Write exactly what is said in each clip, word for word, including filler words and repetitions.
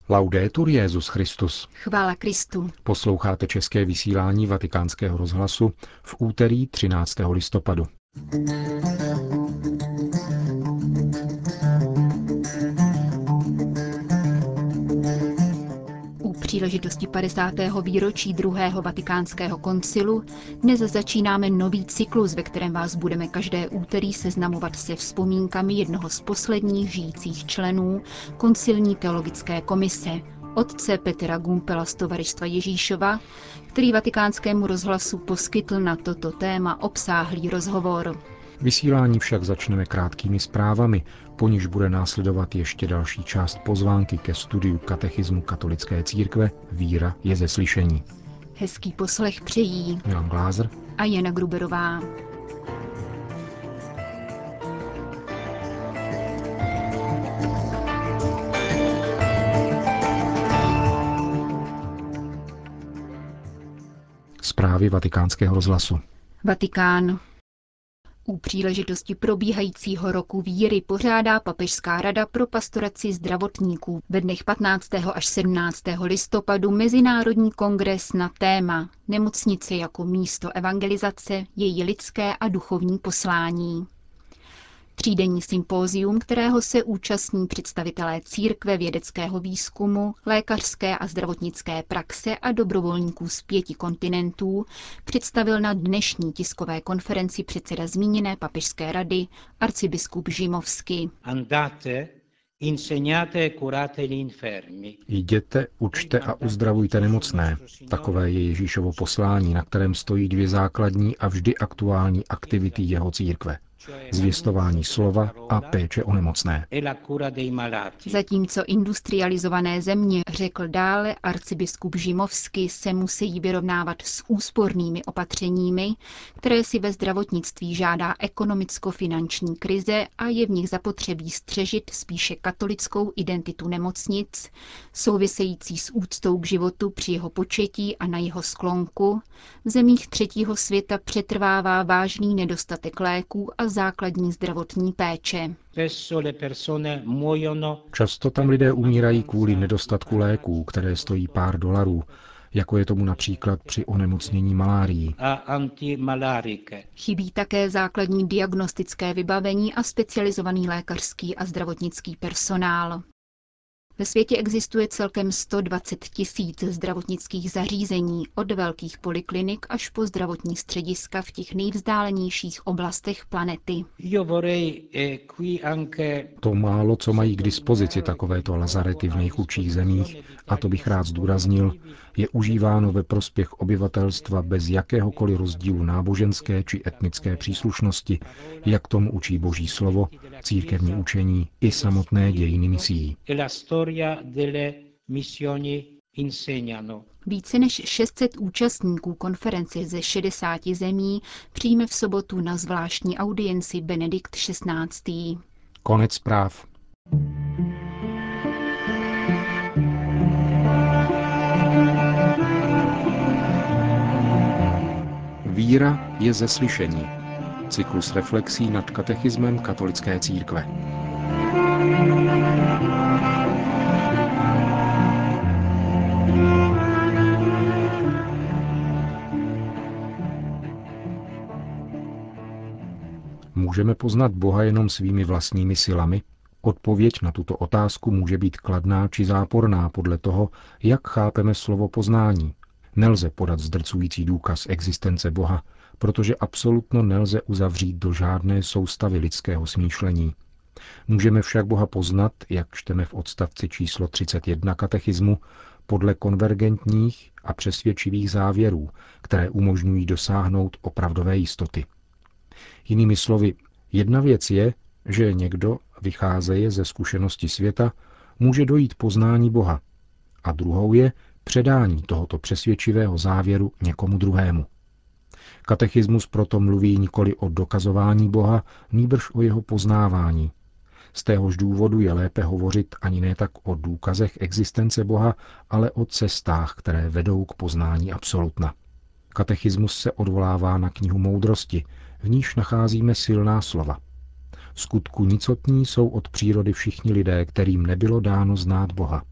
Laudetur Jesus Christus. Chvála Kristu. Posloucháte české vysílání Vatikánského rozhlasu v úterý třináctého listopadu. U příležitosti padesátého výročí druhého vatikánského koncilu dnes začínáme nový cyklus, ve kterém vás budeme každé úterý seznamovat se vzpomínkami jednoho z posledních žijících členů koncilní teologické komise, otce Petra Gumpela z Tovaristva Ježíšova, který Vatikánskému rozhlasu poskytl na toto téma obsáhlý rozhovor. Vysílání však začneme krátkými zprávami, po nichž bude následovat ještě další část pozvánky ke studiu katechismu katolické církve Víra je ze slyšení. Hezký poslech přejí Milan Glázer a Jana Gruberová. Zprávy Vatikánského rozhlasu. Vatikán. U příležitosti probíhajícího roku víry pořádá Papežská rada pro pastoraci zdravotníků ve dnech patnáctého až sedmnáctého listopadu Mezinárodní kongres na téma Nemocnice jako místo evangelizace, její lidské a duchovní poslání. Třídenní sympózium, kterého se účastní představitelé církve, vědeckého výzkumu, lékařské a zdravotnické praxe a dobrovolníků z pěti kontinentů, představil na dnešní tiskové konferenci předseda zmíněné papežské rady arcibiskup Žimovský. Andate, insegnate e curate gli infermi. Jděte, učte a uzdravujte nemocné. Takové je Ježíšovo poslání, na kterém stojí dvě základní a vždy aktuální aktivity jeho církve. Zvěstování slova a péče o nemocné. Zatímco industrializované země, řekl dále arcibiskup Žimovský, se musí vyrovnávat s úspornými opatřeními, které si ve zdravotnictví žádá ekonomicko-finanční krize a je v nich zapotřebí střežit spíše katolickou identitu nemocnic, související s úctou k životu při jeho početí a na jeho sklonku, v zemích třetího světa přetrvává vážný nedostatek léků a základní zdravotní péče. Často tam lidé umírají kvůli nedostatku léků, které stojí pár dolarů, jako je tomu například při onemocnění malárií. Chybí také základní diagnostické vybavení a specializovaný lékařský a zdravotnický personál. Ve světě existuje celkem sto dvacet tisíc zdravotnických zařízení, od velkých poliklinik až po zdravotní střediska v těch nejvzdálenějších oblastech planety. To málo, co mají k dispozici takovéto lazarety v nejchudších zemích, a to bych rád zdůraznil, je užíváno ve prospěch obyvatelstva bez jakéhokoliv rozdílu náboženské či etnické příslušnosti, jak tomu učí Boží slovo, církevní učení i samotné dějiny misií. Více než šest set účastníků konference ze šedesáti zemí přijme v sobotu na zvláštní audienci Benedikt šestnáctý. Konec zpráv. Víra je ze slyšení. Cyklus reflexí nad katechismem katolické církve. Můžeme poznat Boha jenom svými vlastními silami? Odpověď na tuto otázku může být kladná či záporná podle toho, jak chápeme slovo poznání. Nelze podat zdrcující důkaz existence Boha, protože absolutně nelze uzavřít do žádné soustavy lidského smýšlení. Můžeme však Boha poznat, jak čteme v odstavci číslo třicet jedna katechismu, podle konvergentních a přesvědčivých závěrů, které umožňují dosáhnout opravdové jistoty. Jinými slovy, jedna věc je, že někdo, vycházeje ze zkušenosti světa, může dojít poznání Boha. A druhou je předání tohoto přesvědčivého závěru někomu druhému. Katechismus proto mluví nikoli o dokazování Boha, nýbrž o jeho poznávání. Z téhož důvodu je lépe hovořit ani ne tak o důkazech existence Boha, ale o cestách, které vedou k poznání absolutna. Katechismus se odvolává na knihu Moudrosti, v níž nacházíme silná slova. Vskutku nicotní jsou od přírody všichni lidé, kterým nebylo dáno znát Boha.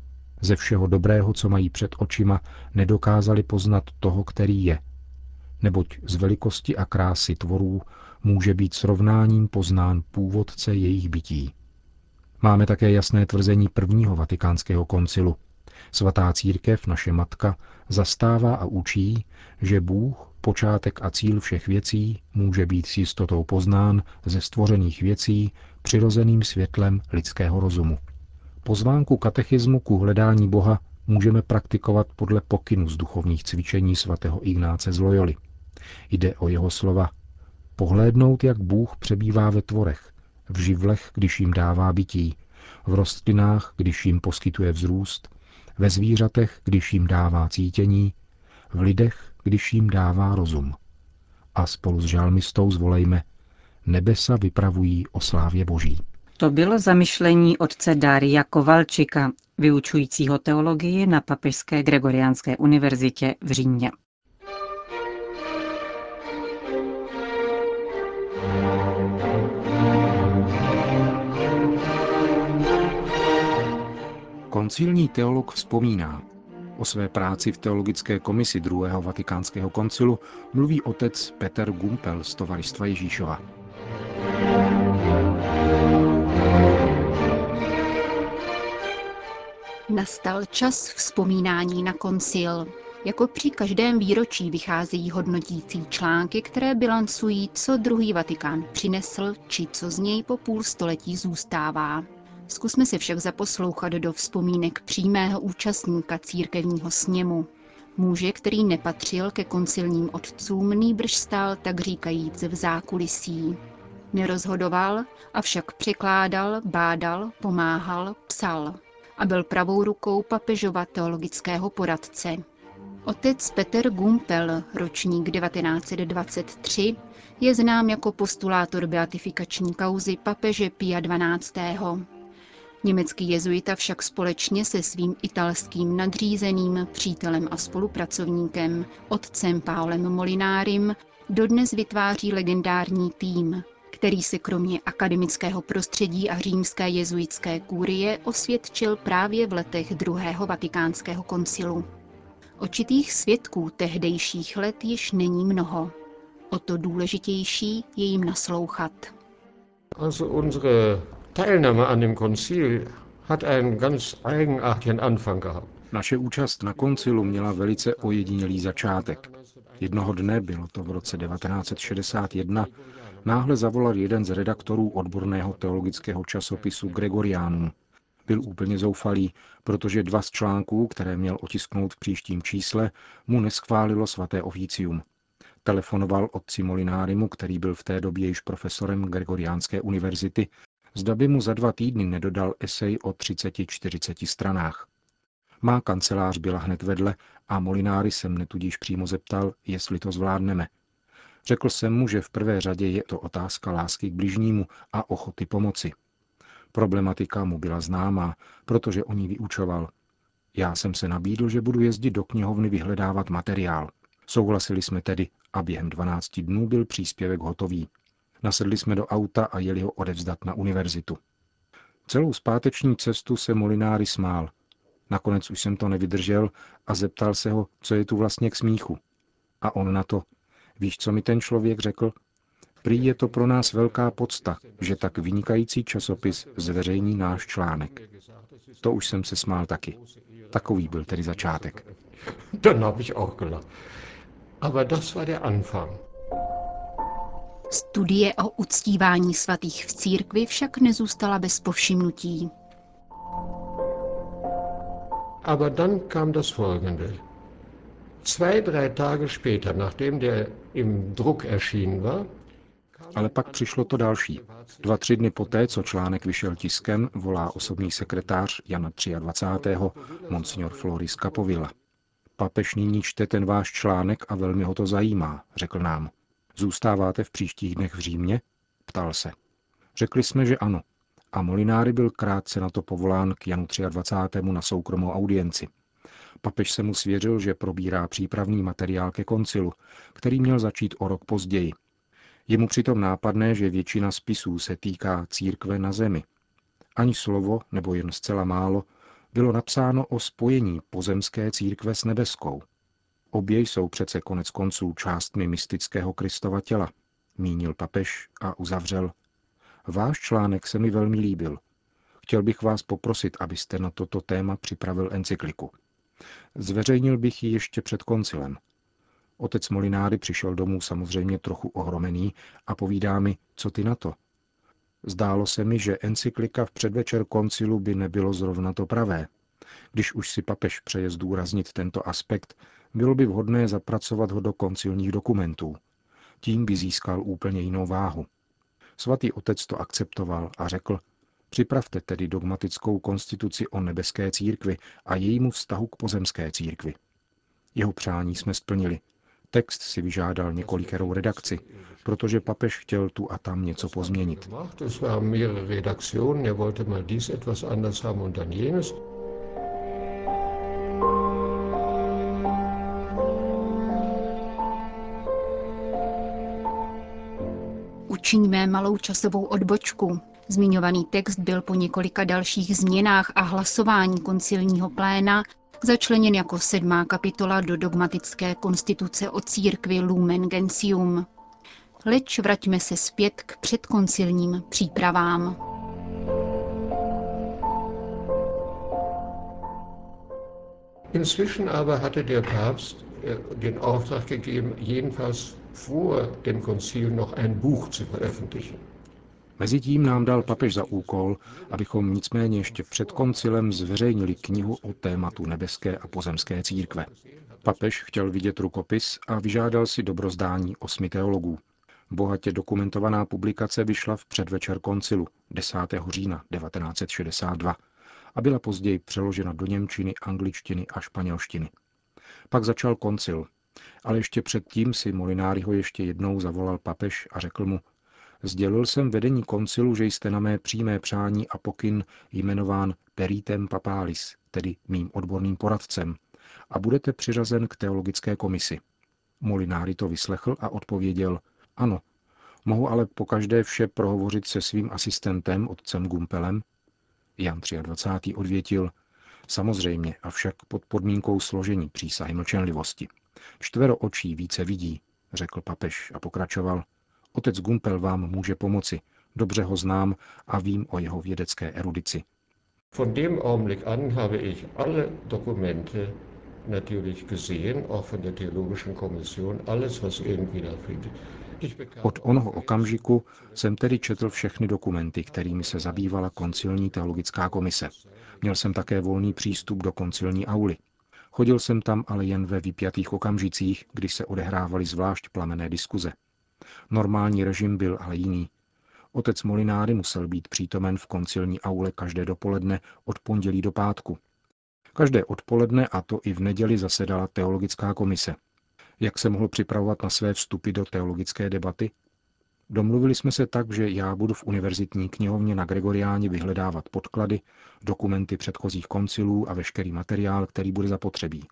Ze všeho dobrého, co mají před očima, nedokázali poznat toho, který je. Neboť z velikosti a krásy tvorů může být srovnáním poznán původce jejich bytí. Máme také jasné tvrzení prvního vatikánského koncilu. Svatá církev, naše matka, zastává a učí, že Bůh, počátek a cíl všech věcí, může být s jistotou poznán ze stvořených věcí přirozeným světlem lidského rozumu. Pozvánku katechismu ku hledání Boha můžeme praktikovat podle pokynu z duchovních cvičení svatého Ignáce z Loyoli. Jde o jeho slova: pohlédnout, jak Bůh přebývá ve tvorech, v živlech, když jim dává bytí, v rostlinách, když jim poskytuje vzrůst, ve zvířatech, když jim dává cítění, v lidech, když jim dává rozum. A spolu s žalmistou zvolejme: nebesa vypravují o slávě Boží. To bylo zamyšlení otce Daria Kovalčika, vyučujícího teologii na Papežské Gregoriánské univerzitě v Římě. Koncilní teolog vzpomíná. O své práci v teologické komisi druhého vatikánského koncilu mluví otec Peter Gumpel z Tovaristva Ježíšova. Nastal čas vzpomínání na koncil. Jako při každém výročí vycházejí hodnotící články, které bilancují, co druhý Vatikán přinesl, či co z něj po půl století zůstává. Zkusme se však zaposlouchat do vzpomínek přímého účastníka církevního sněmu. Muže, který nepatřil ke koncilním otcům, nýbrž stál tak říkajíc v zákulisí. Nerozhodoval, avšak překládal, bádal, pomáhal, psal a byl pravou rukou papežova teologického poradce. Otec Peter Gumpel, ročník devatenáct set dvacet tři, je znám jako postulátor beatifikační kauzy papeže Pia dvanáctého. Německý jezuita však společně se svým italským nadřízeným, přítelem a spolupracovníkem, otcem Paolem Molinárim, dodnes vytváří legendární tým, který se kromě akademického prostředí a římské jezuitské kurie osvědčil právě v letech druhého vatikánského koncilu. Očitých svědků tehdejších let již není mnoho. O to důležitější je jim naslouchat. Also unsere Teilnahme an dem Konzil hat einen ganz eigenartigen Anfang gehabt. Naše účast na koncilu měla velice ojedinělý začátek. Jednoho dne, bylo to v roce devatenáct set šedesát jedna, náhle zavolal jeden z redaktorů odborného teologického časopisu Gregorianum. Byl úplně zoufalý, protože dva z článků, které měl otisknout v příštím čísle, mu neschválilo svaté oficium. Telefonoval otci Molinárimu, který byl v té době již profesorem Gregoriánské univerzity, zda by mu za dva týdny nedodal esej o třiceti čtyřiceti stranách. Má kancelář byla hned vedle a Molinári se mne tudíž přímo zeptal, jestli to zvládneme. Řekl jsem mu, že v prvé řadě je to otázka lásky k bližnímu a ochoty pomoci. Problematika mu byla známá, protože o ní vyučoval. Já jsem se nabídl, že budu jezdit do knihovny vyhledávat materiál. Souhlasili jsme tedy a během dvanácti dnů byl příspěvek hotový. Nasedli jsme do auta a jeli ho odevzdat na univerzitu. Celou zpáteční cestu se Molinári smál. Nakonec už jsem to nevydržel a zeptal se ho, co je tu vlastně k smíchu. A on na to: víš, co mi ten člověk řekl? Prý je to pro nás velká podsta, že tak vynikající časopis zveřejní náš článek. To už jsem se smál taky. Takový byl tedy začátek. Dann habe ich auch gelacht. Aber das war der Anfang. Studie o uctívání svatých v církvi však nezůstala bez povšimnutí. Aber dann kam das Folgende. Zwei, drei Tage später, nachdem der im Druck erschienen war, Ale pak přišlo to další. Dva, tři dny poté, co článek vyšel tiskem, volá osobní sekretář Jana dvacátého třetího monsignor Floris Capovilla. Papež nyní čte ten váš článek a velmi ho to zajímá, řekl nám. Zůstáváte v příštích dnech v Římě? Ptal se. Řekli jsme, že ano. A Molinári byl krátce na to povolán k Janu dvacátému třetímu na soukromou audienci. Papež se mu svěřil, že probírá přípravný materiál ke koncilu, který měl začít o rok později. Je mu přitom nápadné, že většina spisů se týká církve na zemi. Ani slovo, nebo jen zcela málo, bylo napsáno o spojení pozemské církve s nebeskou. Obě jsou přece konec konců částmi mystického Kristova těla, mínil papež a uzavřel. Váš článek se mi velmi líbil. Chtěl bych vás poprosit, abyste na toto téma připravil encykliku. Zveřejnil bych ji ještě před koncilem. Otec Molinári přišel domů samozřejmě trochu ohromený a povídá mi, co ty na to. Zdálo se mi, že encyklika v předvečer koncilu by nebylo zrovna to pravé. Když už si papež přeje zdůraznit tento aspekt, bylo by vhodné zapracovat ho do koncilních dokumentů. Tím by získal úplně jinou váhu. Svatý otec to akceptoval a řekl, připravte tedy dogmatickou konstituci o nebeské církvi a jejímu vztahu k pozemské církvi. Jeho přání jsme splnili. Text si vyžádal několikerou redakci, protože papež chtěl tu a tam něco pozměnit. Učiníme malou časovou odbočku. Zmiňovaný text byl po několika dalších změnách a hlasování koncilního pléna začleněn jako sedmá kapitola do dogmatické konstituce o církvi Lumen Gentium. Leč vraťme se zpět k předkoncilním přípravám. Inzwischen aber hatte der Papst den Auftrag gegeben, jedenfalls vor dem Konzil noch ein Buch zu veröffentlichen. Mezitím nám dal papež za úkol, abychom nicméně ještě před koncilem zveřejnili knihu o tématu nebeské a pozemské církve. Papež chtěl vidět rukopis a vyžádal si dobrozdání osmi teologů. Bohatě dokumentovaná publikace vyšla v předvečer koncilu desátého října devatenáct set šedesát dva a byla později přeložena do němčiny, angličtiny a španělštiny. Pak začal koncil, ale ještě předtím si Molináriho ještě jednou zavolal papež a řekl mu, sdělil jsem vedení koncilu, že jste na mé přímé přání a pokyn jmenován peritem papalis, tedy mým odborným poradcem, a budete přiřazen k teologické komisi. Molinári to vyslechl a odpověděl, ano, mohu ale pokaždé vše prohovořit se svým asistentem, otcem Gumpelem. Jan dvacátý třetí odvětil, samozřejmě, avšak pod podmínkou složení přísahy mlčenlivosti. Čtvero očí více vidí, řekl papež a pokračoval. Otec Gumpel vám může pomoci, dobře ho znám a vím o jeho vědecké erudici. Von dem Augenblick an habe ich alle Dokumente natürlich gesehen, auch von der Theologischen Kommission, alles, was irgendwie da findet. Od onoho okamžiku jsem tedy četl všechny dokumenty, kterými se zabývala koncilní teologická komise. Měl jsem také volný přístup do koncilní auly. Chodil jsem tam ale jen ve vypjatých okamžicích, kdy se odehrávaly zvlášť plamenné diskuze. Normální režim byl ale jiný. Otec Molinári musel být přítomen v koncilní aule každé dopoledne od pondělí do pátku. Každé odpoledne, a to i v neděli, zasedala teologická komise. Jak se mohl připravovat na své vstupy do teologické debaty? Domluvili jsme se tak, že já budu v univerzitní knihovně na Gregoriáni vyhledávat podklady, dokumenty předchozích koncilů a veškerý materiál, který bude zapotřebí.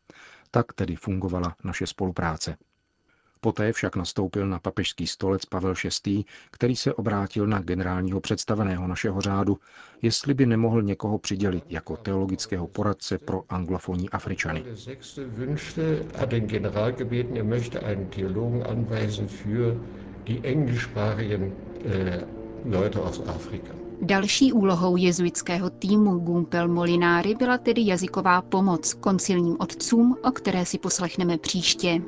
Tak tedy fungovala naše spolupráce. Poté však nastoupil na papežský stolec Pavel šestý, který se obrátil na generálního představeného našeho řádu, jestli by nemohl někoho přidělit jako teologického poradce pro anglofonní Afričany. Další úlohou jezuitského týmu Gumpel Molinári byla tedy jazyková pomoc koncilním otcům, o které si poslechneme příště.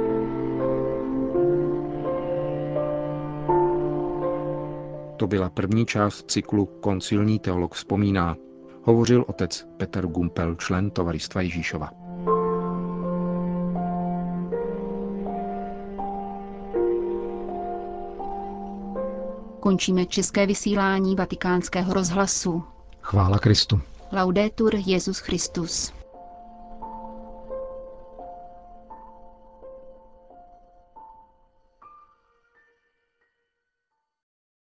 To byla první část cyklu Koncilní teolog vzpomíná. Hovořil otec Petr Gumpel, člen Tovaristva Ježíšova. Končíme české vysílání Vatikánského rozhlasu. Chvála Kristu. Laudetur Jesus Christus.